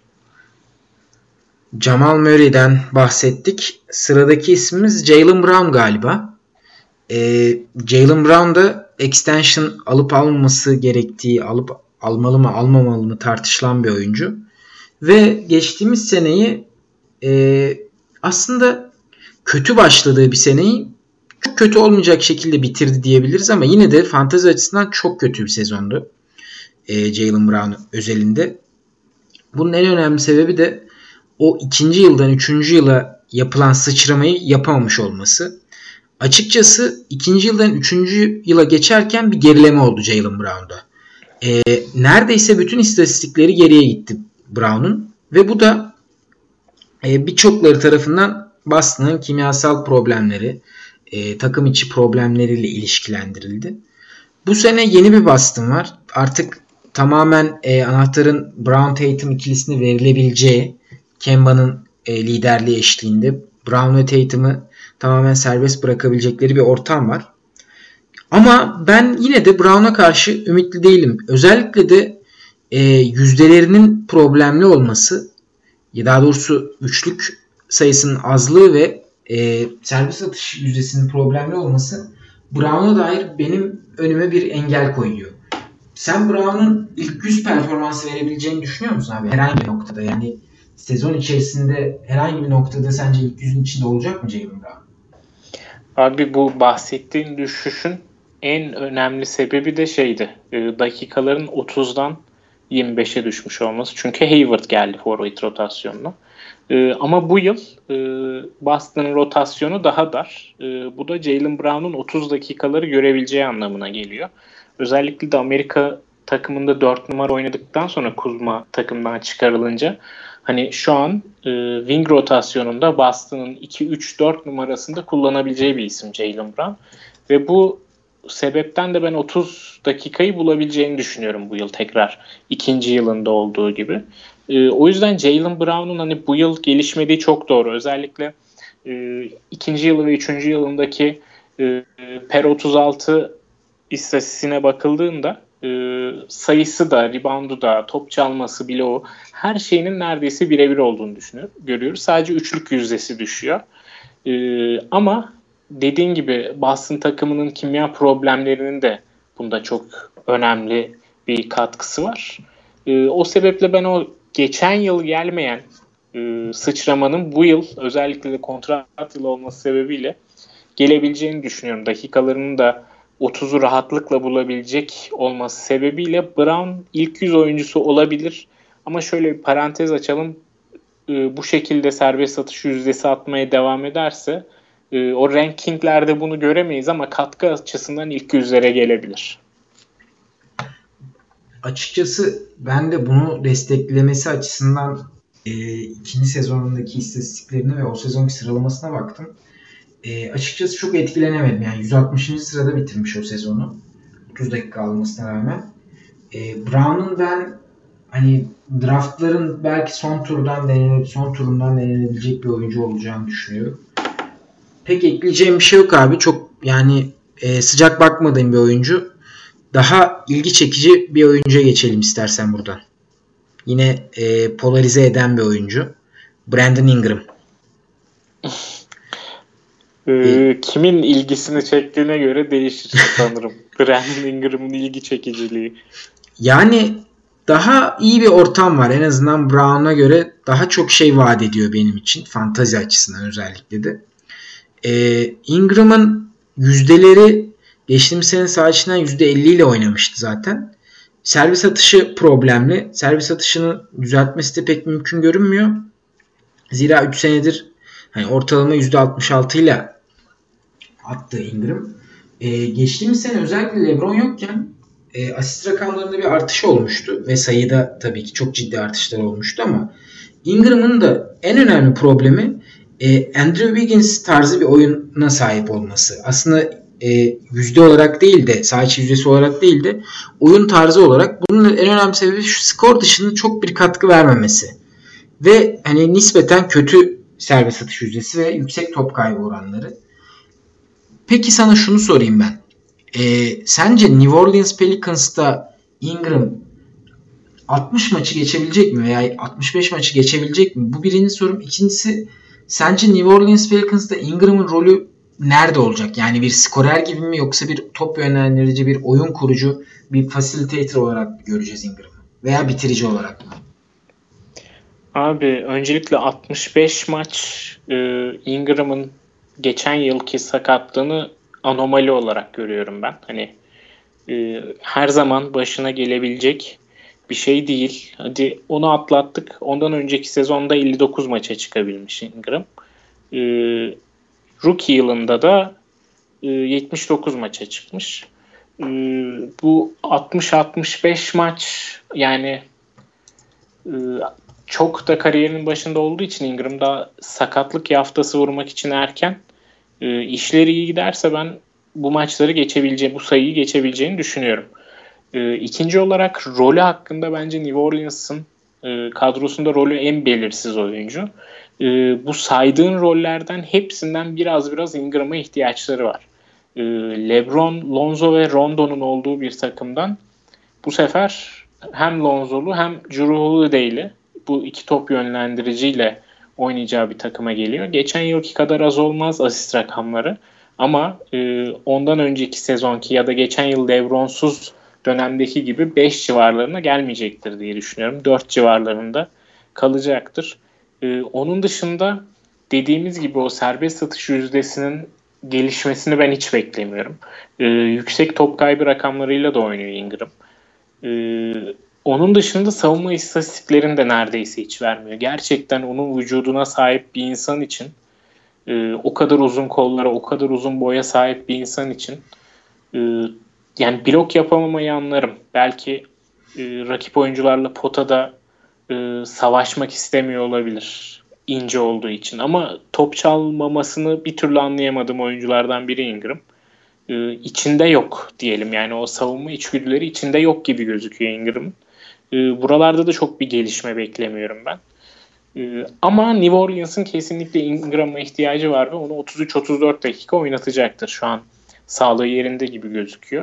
Jamal Murray'den bahsettik. Sıradaki ismimiz Jaylen Brown galiba. Jaylen Brown da extension alıp almaması gerektiği, alıp almalı mı almamalı mı tartışılan bir oyuncu. Ve geçtiğimiz seneyi aslında kötü başladığı bir seneyi çok kötü olmayacak şekilde bitirdi diyebiliriz ama yine de fantezi açısından çok kötü bir sezondu. Jaylen Brown özelinde. Bunun en önemli sebebi de o ikinci yıldan üçüncü yıla yapılan sıçramayı yapamamış olması. Açıkçası ikinci yıldan üçüncü yıla geçerken bir gerileme oldu Jaylen Brown'da. Neredeyse bütün istatistikleri geriye gitti Brown'un ve bu da birçokları tarafından Boston'ın kimyasal problemleri, takım içi problemleriyle ilişkilendirildi. Bu sene yeni bir Boston var. Artık tamamen anahtarın Brown-Tatum ikilisine verilebileceği, Kemba'nın liderliği eşliğinde Brown ve Tatum'ı tamamen serbest bırakabilecekleri bir ortam var. Ama ben yine de Brown'a karşı ümitli değilim. Özellikle de yüzdelerinin problemli olması, daha doğrusu üçlük sayısının azlığı ve serbest atış yüzdesinin problemli olması Brown'a dair benim önüme bir engel koyuyor. Sen Brown'un ilk 100 performansı verebileceğini düşünüyor musun abi? Herhangi bir noktada, yani sezon içerisinde herhangi bir noktada sence ilk 100'ün içinde olacak mı Jaylen Brown? Abi bu bahsettiğin düşüşün en önemli sebebi de şeydi. Dakikaların 30'dan 25'e düşmüş olması. Çünkü Hayward geldi forvet rotasyonuna. Ama bu yıl Boston'ın rotasyonu daha dar. Bu da Jaylen Brown'un 30 dakikaları görebileceği anlamına geliyor. Özellikle de Amerika takımında 4 numara oynadıktan sonra Kuzma takımdan çıkarılınca hani şu an wing rotasyonunda Boston'ın 2-3-4 numarasında kullanabileceği bir isim Jaylen Brown. Ve bu sebepten de ben 30 dakikayı bulabileceğini düşünüyorum bu yıl tekrar. İkinci yılında olduğu gibi. O yüzden Jaylen Brown'un hani bu yıl gelişmediği çok doğru. Özellikle ikinci yılı ve üçüncü yılındaki per 36 istatistiğine bakıldığında sayısı da, reboundu da, top çalması bile o her şeyinin neredeyse birebir olduğunu görüyoruz. Sadece üçlük yüzdesi düşüyor. Ama dediğin gibi Boston takımının kimya problemlerinin de bunda çok önemli bir katkısı var. O sebeple ben o geçen yıl gelmeyen sıçramanın bu yıl özellikle de kontrat yılı olması sebebiyle gelebileceğini düşünüyorum. Dakikalarının da 30'u rahatlıkla bulabilecek olması sebebiyle Brown ilk 100 oyuncusu olabilir. Ama şöyle bir parantez açalım. Bu şekilde serbest atış yüzdesi atmaya devam ederse o rankinglerde bunu göremeyiz ama katkı açısından ilk 100'lere gelebilir. Açıkçası ben de bunu desteklemesi açısından ikinci sezonundaki istatistiklerine ve o sezonki sıralamasına baktım. Açıkçası çok etkilenemedim. Yani 160. sırada bitirmiş o sezonu. 30 dakika almasına rağmen. Brown'un ben hani draftların belki son turundan denenebilecek bir oyuncu olacağını düşünüyorum. Pek ekleyeceğim bir şey yok abi. Çok yani sıcak bakmadığım bir oyuncu. Daha ilgi çekici bir oyuncuya geçelim istersen buradan. Yine polarize eden bir oyuncu. Brandon Ingram. Kimin ilgisini çektiğine göre değişir sanırım. Brandon Ingram'ın ilgi çekiciliği. Yani daha iyi bir ortam var. En azından Brown'a göre daha çok şey vaat ediyor benim için. Fantazi açısından özellikle de. Ingram'ın yüzdeleri geçtiğimiz sene saha içinden %50 ile oynamıştı zaten. Servis atışı problemli. Servis atışını düzeltmesi de pek mümkün görünmüyor. Zira 3 senedir hani ortalama %66 ile attı Ingram. Geçtiğimiz sene özellikle LeBron yokken asist rakamlarında bir artış olmuştu. Ve sayıda tabii ki çok ciddi artışlar olmuştu ama Ingram'ın da en önemli problemi Andrew Wiggins tarzı bir oyuna sahip olması. Aslında yüzde olarak değil de saha içi yüzdesi olarak değil de oyun tarzı olarak bunun en önemli sebebi şu skor dışında çok bir katkı vermemesi. Ve hani nispeten kötü serbest atış yüzdesi ve yüksek top kaybı oranları. Peki sana şunu sorayım ben. Sence New Orleans Pelicans'ta Ingram 60 maçı geçebilecek mi veya 65 maçı geçebilecek mi? Bu birinci sorum. İkincisi, sence New Orleans Pelicans'ta Ingram'ın rolü nerede olacak? Yani bir skorer gibi mi yoksa bir top yönlendirici, bir oyun kurucu, bir facilitator olarak göreceğiz Ingram'ı? Veya bitirici olarak mı? Abi öncelikle 65 maç Ingram'ın geçen yılki sakatlığını anomali olarak görüyorum ben. Hani her zaman başına gelebilecek bir şey değil. Hadi onu atlattık. Ondan önceki sezonda 59 maça çıkabilmiş Ingram. E, Rookie yılında da 79 maça çıkmış. E, Bu 60-65 maç yani e, çok da kariyerinin başında olduğu için Ingram da sakatlık yaftası vurmak için erken. İşleri iyi giderse ben bu maçları geçebileceği, bu sayıyı geçebileceğini düşünüyorum. İkinci olarak rolü hakkında bence New Orleans'ın kadrosunda rolü en belirsiz oyuncu. Bu saydığın rollerden hepsinden biraz Ingram'a ihtiyaçları var. LeBron, Lonzo ve Rondo'nun olduğu bir takımdan bu sefer hem Lonzo'lu hem Jrue Holiday'li bu iki top yönlendiriciyle oynayacağı bir takıma geliyor. Geçen yılki kadar az olmaz asist rakamları ama ondan önceki sezonki ya da geçen yıl LeBron'suz dönemdeki gibi 5 civarlarına gelmeyecektir diye düşünüyorum. 4 civarlarında kalacaktır. Onun dışında dediğimiz gibi o serbest satış yüzdesinin gelişmesini ben hiç beklemiyorum. Yüksek top kaybı rakamlarıyla da oynuyor Ingram. Onun dışında savunma istatistiklerini de neredeyse hiç vermiyor. Gerçekten onun vücuduna sahip bir insan için o kadar uzun kollara, o kadar uzun boya sahip bir insan için e, yani blok yapamamayı anlarım. Belki rakip oyuncularla potada savaşmak istemiyor olabilir ince olduğu için. Ama top çalmamasını bir türlü anlayamadığım oyunculardan biri Ingram. İçinde yok diyelim. Yani o savunma içgüdüleri içinde yok gibi gözüküyor Ingram'ın. Buralarda da çok bir gelişme beklemiyorum ben. Ama New Orleans'ın kesinlikle Ingram'a ihtiyacı var ve onu 33-34 dakika oynatacaktır. Şu an sağlığı yerinde gibi gözüküyor.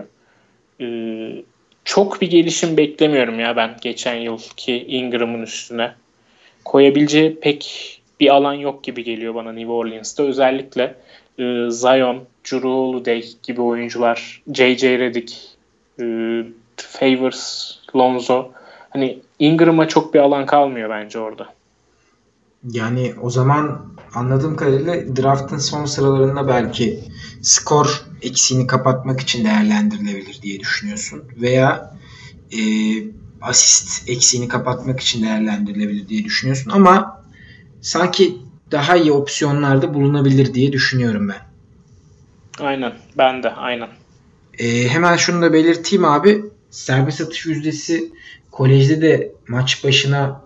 Çok bir gelişim beklemiyorum ya ben geçen yılki Ingram'ın üstüne. Koyabileceği pek bir alan yok gibi geliyor bana New Orleans'ta. Özellikle Zion, Jrue Holiday gibi oyuncular, J.J. Redick, e, Favors, Lonzo. Hani Ingram'a çok bir alan kalmıyor bence orada. Yani o zaman anladığım kadarıyla draft'ın son sıralarında belki skor eksiğini kapatmak için değerlendirilebilir diye düşünüyorsun. Veya e, asist eksiğini kapatmak için değerlendirilebilir diye düşünüyorsun. Ama sanki daha iyi opsiyonlarda bulunabilir diye düşünüyorum ben. Aynen. Ben de aynen. Hemen şunu da belirteyim abi. Serbest atış yüzdesi kolejde de maç başına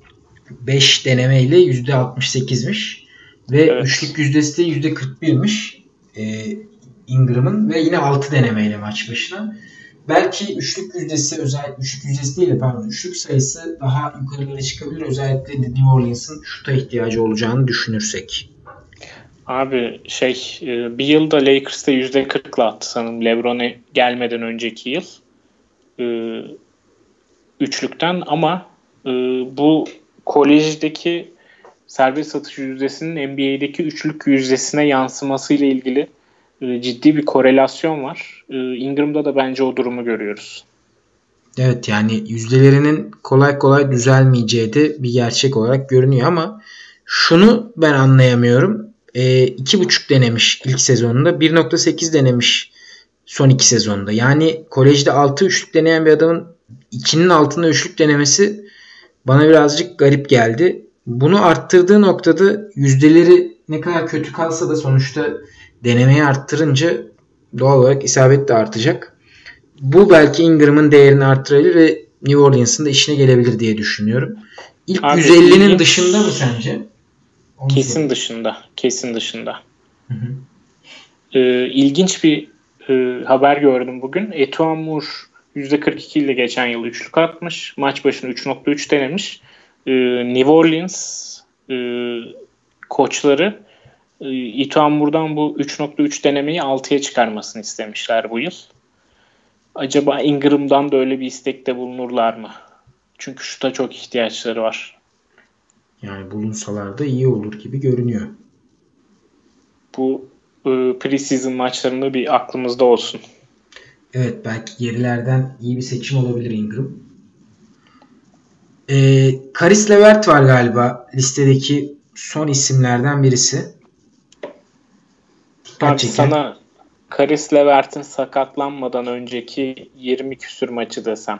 5 denemeyle %68'miş. Ve Evet. üçlük yüzdesi de %41'miş. Ingram'ın ve yine 6 denemeyle maç başına. Belki üçlük yüzdesi üçlük yüzdesi değil de pardon üçlük sayısı daha yukarılara çıkabilir. Özellikle de New Orleans'ın şuta ihtiyacı olacağını düşünürsek. Abi bir yılda Lakers'ta %40'la attı sanırım LeBron'a gelmeden önceki yıl. E, Üçlükten ama bu kolejdeki serbest satış yüzdesinin NBA'deki üçlük yüzdesine yansımasıyla ilgili ciddi bir korelasyon var. Ingram'da da bence o durumu görüyoruz. Evet yani yüzdelerinin kolay kolay düzelmeyeceği de bir gerçek olarak görünüyor ama şunu ben anlayamıyorum. 2,5 denemiş ilk sezonunda. 1,8 denemiş son 2 sezonda. Yani kolejde 6 üçlük deneyen bir adamın 2'nin altında üçlük denemesi bana birazcık garip geldi. Bunu arttırdığı noktada yüzdeleri ne kadar kötü kalsa da sonuçta denemeyi arttırınca doğal olarak isabet de artacak. Bu belki Ingram'ın değerini arttırabilir ve New Orleans'ın da işine gelebilir diye düşünüyorum. İlk Abi 150'nin ilginç. dışında mı sence? Onu Kesin sorayım. dışında. Kesin dışında. Hı hı. İlginç bir haber gördüm bugün. Etuan Moore %42 ile geçen yıl üçlük atmış. Maç başına 3.3 denemiş. New Orleans e, koçları Etuan Moore'dan bu 3.3 denemeyi 6'ya çıkarmasını istemişler bu yıl. Acaba Ingram'dan da öyle bir istekte bulunurlar mı? Çünkü şuta çok ihtiyaçları var. Yani bulunsalar da iyi olur gibi görünüyor. Bu preseason maçlarında bir aklımızda olsun. Evet, belki gerilerden iyi bir seçim olabilir Ingram. Caris LeVert var galiba listedeki son isimlerden birisi. Dikkat Abi çeken. sana Caris LeVert'in sakatlanmadan önceki 20 küsür maçı desem.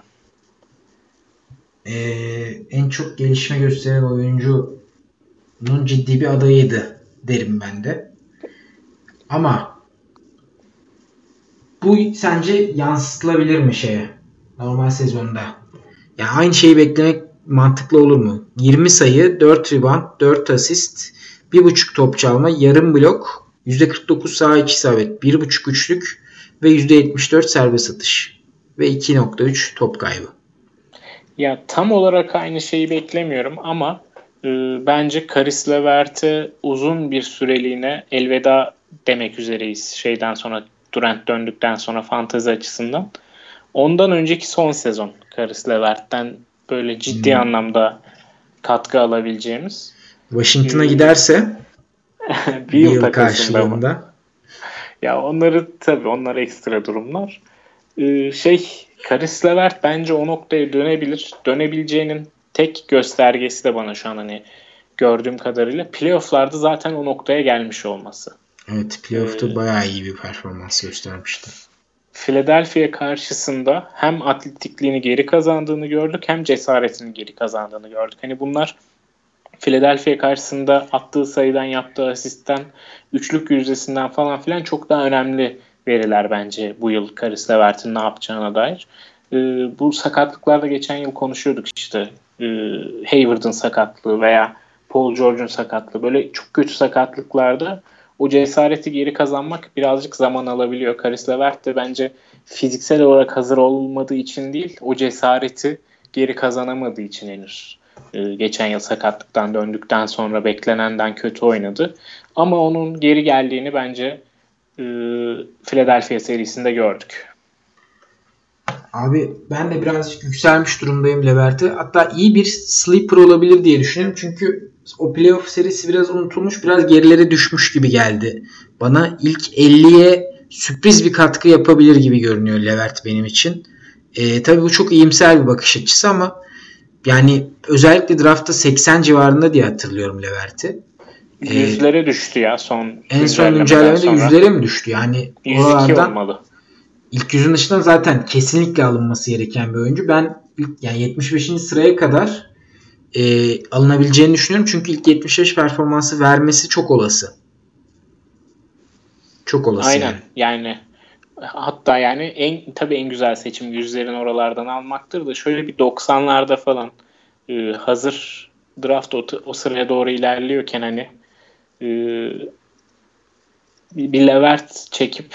En çok gelişme gösteren oyuncunun ciddi bir adayıydı derim ben de. Ama bu sence yansıtılabilir mi normal sezonda? Yani aynı şeyi beklemek mantıklı olur mu? 20 sayı, 4 rebound, 4 asist, 1.5 top çalma, yarım blok, %49 saha içi isabet, 1.5 üçlük ve %74 serbest atış ve 2.3 top kaybı. Ya tam olarak aynı şeyi beklemiyorum ama bence Caris LeVert'e uzun bir süreliğine elveda demek üzereyiz. Şeyden sonra, Durant döndükten sonra fantezi açısından. Ondan önceki son sezon Caris LeVert'ten böyle ciddi anlamda katkı alabileceğimiz. Washington'a giderse bir bir yıl yıl takasında mı? karşılığında. Ya onlar ekstra durumlar. Caris LeVert bence o noktaya dönebilir. Dönebileceğinin tek göstergesi de bana şu an hani gördüğüm kadarıyla playoff'larda zaten o noktaya gelmiş olması. Evet, playoff'ta bayağı iyi bir performans göstermişti. Philadelphia karşısında hem atletikliğini geri kazandığını gördük hem cesaretini geri kazandığını gördük. Hani bunlar Philadelphia karşısında attığı sayıdan, yaptığı asistten, üçlük yüzdesinden falan filan çok daha önemli veriler bence bu yıl Caris LeVert'in ne yapacağına dair. Bu sakatlıklarda geçen yıl konuşuyorduk işte. Hayward'ın sakatlığı veya Paul George'un sakatlığı. Böyle çok kötü sakatlıklarda o cesareti geri kazanmak birazcık zaman alabiliyor. Caris LeVert de bence fiziksel olarak hazır olmadığı için değil, o cesareti geri kazanamadığı için henüz. Geçen yıl sakatlıktan döndükten sonra beklenenden kötü oynadı. Ama onun geri geldiğini bence Philadelphia serisinde gördük. Abi ben de birazcık yükselmiş durumdayım Levert'e. Hatta iyi bir sleeper olabilir diye düşünüyorum. Çünkü o playoff serisi biraz unutulmuş, biraz gerilere düşmüş gibi geldi. Bana ilk 50'ye sürpriz bir katkı yapabilir gibi görünüyor Levert benim için. Tabii bu çok iyimser bir bakış açısı ama yani özellikle draftta 80 civarında diye hatırlıyorum Levert'i. Yüzlere düştü ya son en son güncellemede yüzlere mi düştü? Yani 102 oralardan olmalı. İlk yüzün dışından zaten kesinlikle alınması gereken bir oyuncu. Ben yani 75. sıraya kadar alınabileceğini düşünüyorum. Çünkü ilk 75 performansı vermesi çok olası. Çok olası. Aynen yani hatta yani tabii en güzel seçim yüzlerin oralardan almaktır da şöyle bir 90'larda falan hazır draft o sıraya doğru ilerliyorken hani bir Levert çekip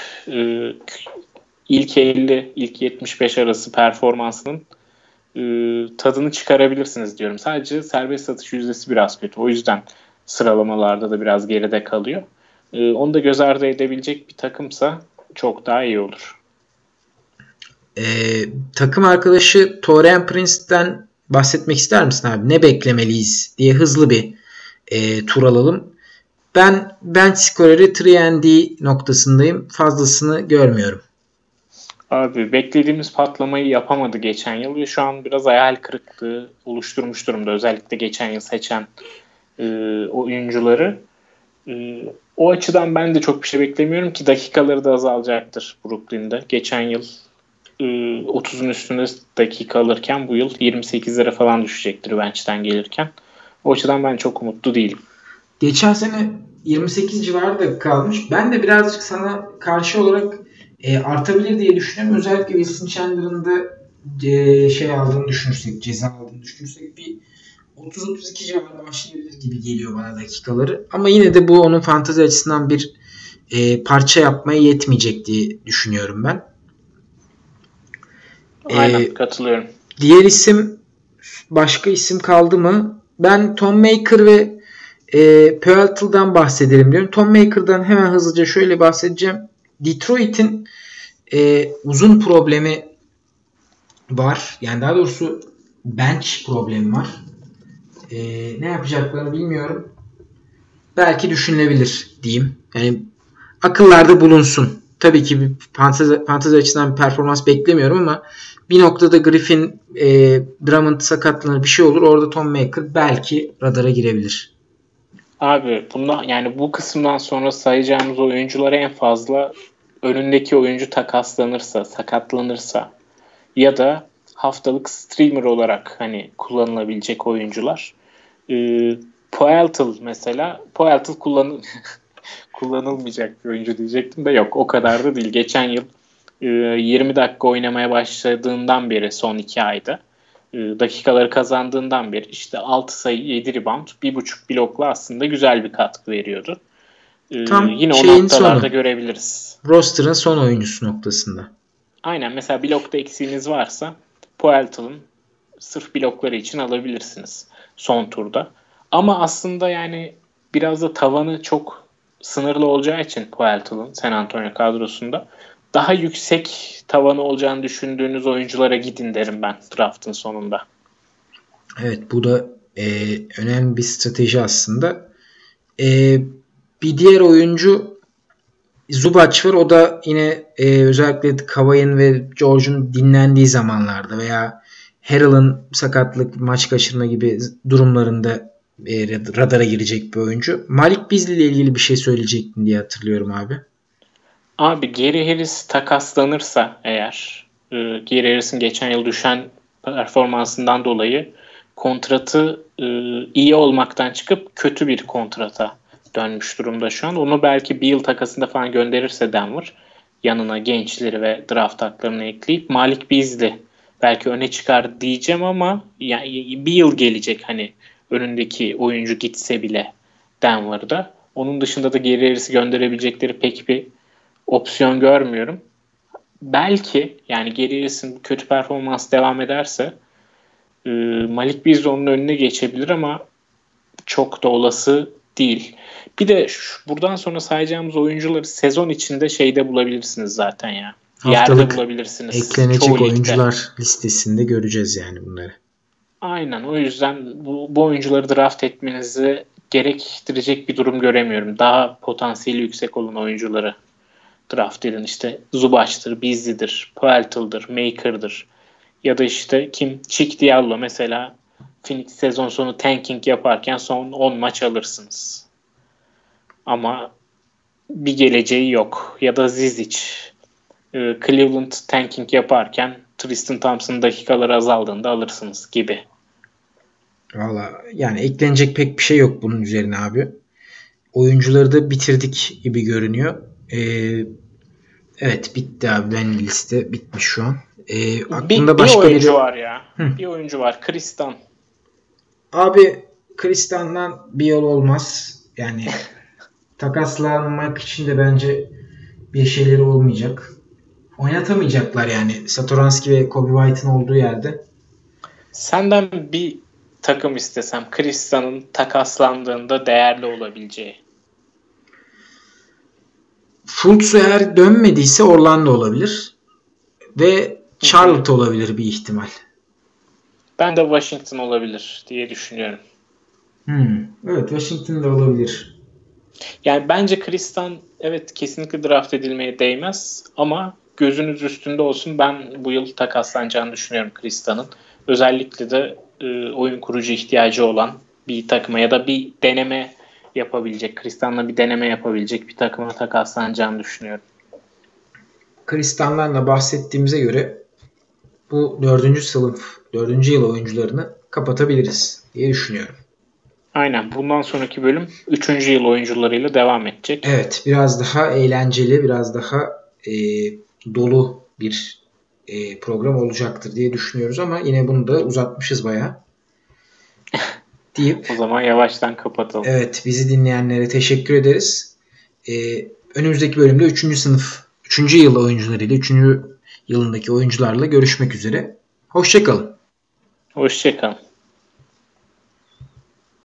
ilk 50 ilk 75 arası performansının tadını çıkarabilirsiniz diyorum. Sadece serbest atış yüzdesi biraz kötü. O yüzden sıralamalarda da biraz geride kalıyor. Onu da göz ardı edebilecek bir takımsa çok daha iyi olur. Takım arkadaşı Taurean Prince'den bahsetmek ister misin abi? Ne beklemeliyiz diye hızlı bir tur alalım. Ben bench scorer'ı 3&D noktasındayım. Fazlasını görmüyorum. Abi beklediğimiz patlamayı yapamadı geçen yıl ve şu an biraz hayal kırıklığı oluşturmuş durumda. Özellikle geçen yıl seçen oyuncuları. O açıdan ben de çok bir şey beklemiyorum ki dakikaları da azalacaktır Brooklyn'de. Geçen yıl 30'un üstünde dakika alırken bu yıl 28'lere falan düşecektir bench'ten gelirken. O açıdan ben çok umutlu değilim. Geçen sene 28 civarında kalmış. Ben de birazcık sana karşı olarak artabilir diye düşünüyorum. Özellikle Wilson Chandler'ın da aldığını düşünürsek, ceza aldığını düşünürsek bir 30-32 civarında başlayabilir gibi geliyor bana dakikaları. Ama yine de bu onun fantezi açısından bir parça yapmaya yetmeyecek diye düşünüyorum ben. Aynen katılıyorum. Diğer başka isim kaldı mı? Ben Tom Maker ve Poeltl'dan bahsedelim diyorum. Tom Maker'dan hemen hızlıca şöyle bahsedeceğim. Detroit'in uzun problemi var. Yani daha doğrusu bench problemi var. Ne yapacaklarını bilmiyorum. Belki düşünülebilir diyeyim. Yani akıllarda bulunsun. Tabii ki bir fantezi açısından bir performans beklemiyorum ama bir noktada Griffin, Drummond sakatlanır, bir şey olur. Orada Thon Maker belki radara girebilir. Abi yani bu kısımdan sonra sayacağımız oyunculara en fazla önündeki oyuncu takaslanırsa, sakatlanırsa ya da haftalık streamer olarak hani kullanılabilecek oyuncular. Poeltl mesela. Poeltl kullanılmayacak bir oyuncu diyecektim de yok, o kadar da değil. Geçen yıl 20 dakika oynamaya başladığından beri son 2 ayda dakikaları kazandığından beri işte 6 sayı 7 rebound 1.5 blokla aslında güzel bir katkı veriyordu. Tam Yine o şeyin noktalarda sonu. görebiliriz. Roster'ın son oyuncusu noktasında. Aynen, mesela blokta eksiğiniz varsa Poeltl'ın sırf blokları için alabilirsiniz son turda. Ama aslında yani biraz da tavanı çok sınırlı olacağı için Poeltl'ın San Antonio kadrosunda daha yüksek tavanı olacağını düşündüğünüz oyunculara gidin derim ben draftın sonunda. Evet, bu da önemli bir strateji aslında. Bir diğer oyuncu Zubac var. O da yine özellikle Kawhi'nin ve George'un dinlendiği zamanlarda veya Harrell'ın sakatlık, maç kaçırma gibi durumlarında radara girecek bir oyuncu. Malik Beasley ile ilgili bir şey söyleyecektin diye hatırlıyorum abi. Abi Gary Harris takaslanırsa eğer, Gary Harris'in geçen yıl düşen performansından dolayı kontratı iyi olmaktan çıkıp kötü bir kontrata dönmüş durumda şu an. Onu belki bir yıl takasında falan gönderirse Denver, yanına gençleri ve draft haklarını ekleyip Malik Beasley belki öne çıkar diyeceğim ama yani bir yıl gelecek hani önündeki oyuncu gitse bile Denver'da. Onun dışında da Gary Harris'i gönderebilecekleri pek bir opsiyon görmüyorum. Belki yani Gary Harris'in kötü performans devam ederse Malik Beasley onun önüne geçebilir ama çok da olası değil. Bir de buradan sonra sayacağımız oyuncuları sezon içinde şeyde bulabilirsiniz zaten ya. Haftalık Yerde bulabilirsiniz. eklenecek Çoğu ligde. oyuncular listesinde göreceğiz yani bunları. Aynen, o yüzden bu oyuncuları draft etmenizi gerektirecek bir durum göremiyorum. Daha potansiyeli yüksek olan oyuncuları draft edin. İşte Zubac'tır, Beasley'dir, Poeltl'dır, Maker'dır. Ya da işte Chick Diallo mesela, Phoenix sezon sonu tanking yaparken son 10 maç alırsınız. Ama bir geleceği yok. Ya da Zizic. Cleveland tanking yaparken Tristan Thompson'ın dakikaları azaldığında alırsınız gibi. Valla yani eklenecek pek bir şey yok bunun üzerine abi. Oyuncuları da bitirdik gibi görünüyor. Evet, bitti abi. Benim liste bitmiş şu an. Aklımda başka bir oyuncu biri var ya. Bir oyuncu var. Kristan. Abi Kristan'dan bir yol olmaz. Yani takaslanmak için de bence bir şeyleri olmayacak. Oynatamayacaklar yani. Satoranski ve Kobe White'ın olduğu yerde. Senden bir takım istesem Kristan'ın takaslandığında değerli olabileceği. Fultz eğer dönmediyse Orlando olabilir. Ve Charlotte olabilir bir ihtimal. Ben de Washington olabilir diye düşünüyorum. Evet, Washington'da olabilir. Yani bence Kristan evet kesinlikle draft edilmeye değmez ama gözünüz üstünde olsun, ben bu yıl takaslanacağını düşünüyorum Kristan'ın. Özellikle de oyun kurucu ihtiyacı olan bir takıma ya da bir deneme yapabilecek, Kristan'la bir deneme yapabilecek bir takıma takaslanacağını düşünüyorum. Kristan'larla bahsettiğimize göre bu 4. yıl oyuncularını kapatabiliriz diye düşünüyorum. Aynen. Bundan sonraki bölüm 3. yıl oyuncularıyla devam edecek. Evet, biraz daha eğlenceli, biraz daha dolu bir program olacaktır diye düşünüyoruz ama yine bunu da uzatmışız bayağı. Deyip O zaman yavaştan kapatalım. Evet, bizi dinleyenlere teşekkür ederiz. Önümüzdeki bölümde 3. yıl oyuncularıyla, 3. yılındaki oyuncularla görüşmek üzere. Hoşça kalın. Hoşça kalın.